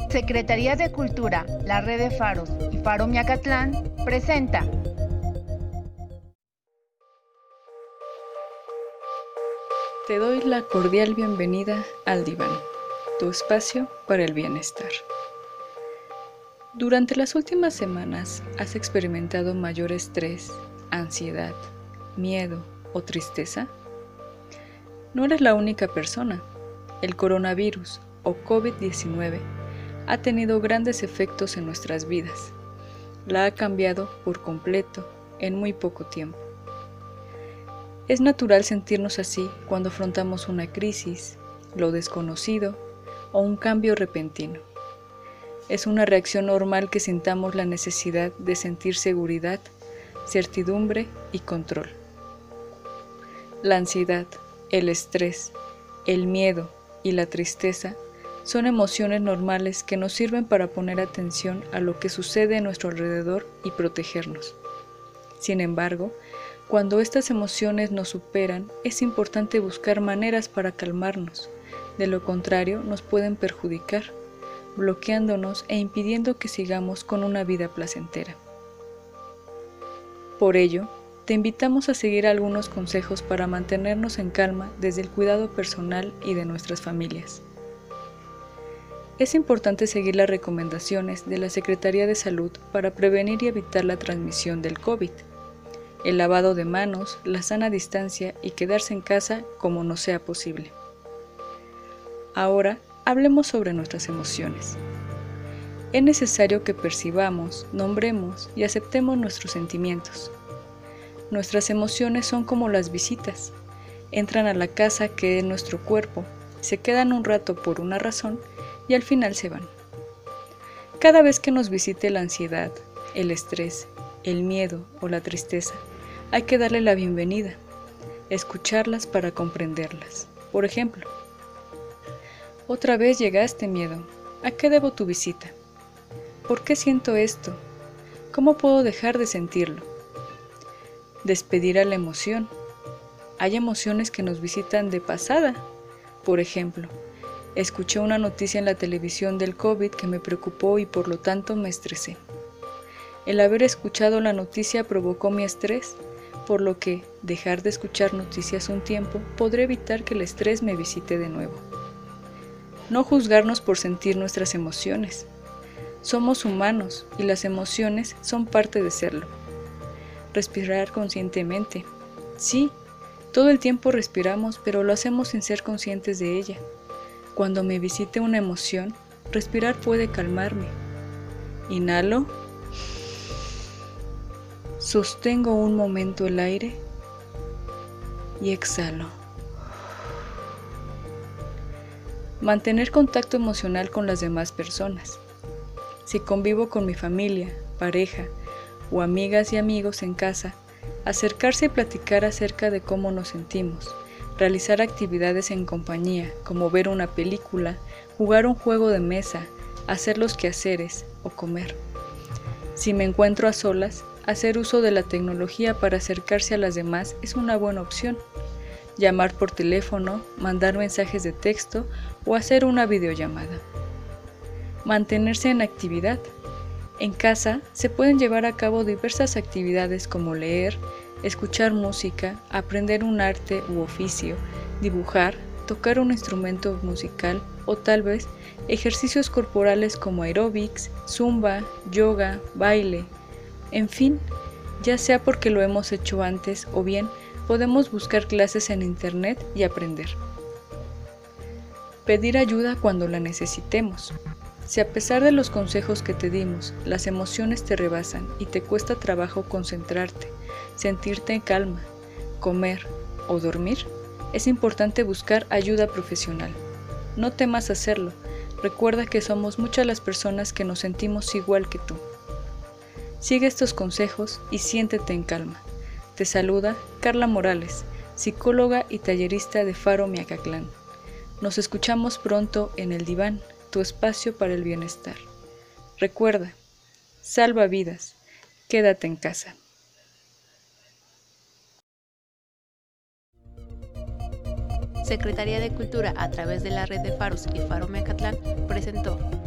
Secretaría de Cultura, la Red de Faros y Faro Miacatlán presenta Te doy la cordial bienvenida al Diván, tu espacio para el bienestar. Durante las últimas semanas, ¿has experimentado mayor estrés, ansiedad, miedo o tristeza? No eres la única persona. El coronavirus o COVID-19 ha tenido grandes efectos en nuestras vidas. La ha cambiado por completo en muy poco tiempo. Es natural sentirnos así cuando afrontamos una crisis, lo desconocido o un cambio repentino. Es una reacción normal que sintamos la necesidad de sentir seguridad, certidumbre y control. La ansiedad, el estrés, el miedo y la tristeza son emociones normales que nos sirven para poner atención a lo que sucede a nuestro alrededor y protegernos. Sin embargo, cuando estas emociones nos superan, es importante buscar maneras para calmarnos. De lo contrario, nos pueden perjudicar, bloqueándonos e impidiendo que sigamos con una vida placentera. Por ello, te invitamos a seguir algunos consejos para mantenernos en calma desde el cuidado personal y de nuestras familias. Es importante seguir las recomendaciones de la Secretaría de Salud para prevenir y evitar la transmisión del COVID. El lavado de manos, la sana distancia y quedarse en casa como nos sea posible. Ahora, hablemos sobre nuestras emociones. Es necesario que percibamos, nombremos y aceptemos nuestros sentimientos. Nuestras emociones son como las visitas. Entran a la casa que es nuestro cuerpo, se quedan un rato por una razón y al final se van. Cada vez que nos visite la ansiedad, el estrés, el miedo o la tristeza, hay que darle la bienvenida, escucharlas para comprenderlas. Por ejemplo, otra vez llegaste, miedo. ¿A qué debo tu visita? ¿Por qué siento esto? ¿Cómo puedo dejar de sentirlo? Despedir a la emoción. Hay emociones que nos visitan de pasada. Por ejemplo, escuché una noticia en la televisión del COVID que me preocupó y por lo tanto me estresé. El haber escuchado la noticia provocó mi estrés, por lo que dejar de escuchar noticias un tiempo podrá evitar que el estrés me visite de nuevo. No juzgarnos por sentir nuestras emociones. Somos humanos y las emociones son parte de serlo. Respirar conscientemente. Sí, todo el tiempo respiramos, pero lo hacemos sin ser conscientes de ella. Cuando me visite una emoción, respirar puede calmarme. Inhalo. Sostengo un momento el aire y exhalo. Mantener contacto emocional con las demás personas. Si convivo con mi familia, pareja o amigas y amigos en casa, acercarse y platicar acerca de cómo nos sentimos, realizar actividades en compañía, como ver una película, jugar un juego de mesa, hacer los quehaceres o comer. Si me encuentro a solas, hacer uso de la tecnología para acercarse a las demás es una buena opción. Llamar por teléfono, mandar mensajes de texto o hacer una videollamada. Mantenerse en actividad. En casa se pueden llevar a cabo diversas actividades como leer, escuchar música, aprender un arte u oficio, dibujar, tocar un instrumento musical o tal vez ejercicios corporales como aeróbics, zumba, yoga, baile. En fin, ya sea porque lo hemos hecho antes o bien podemos buscar clases en internet y aprender. Pedir ayuda cuando la necesitemos. Si a pesar de los consejos que te dimos, las emociones te rebasan y te cuesta trabajo concentrarte, sentirte en calma, comer o dormir, es importante buscar ayuda profesional. No temas hacerlo. Recuerda que somos muchas las personas que nos sentimos igual que tú. Sigue estos consejos y siéntete en calma. Te saluda Carla Morales, psicóloga y tallerista de Faro Miacatlán. Nos escuchamos pronto en El Diván, tu espacio para el bienestar. Recuerda, salva vidas, quédate en casa. Secretaría de Cultura, a través de la Red de Faros y Faro Miacatlán, presentó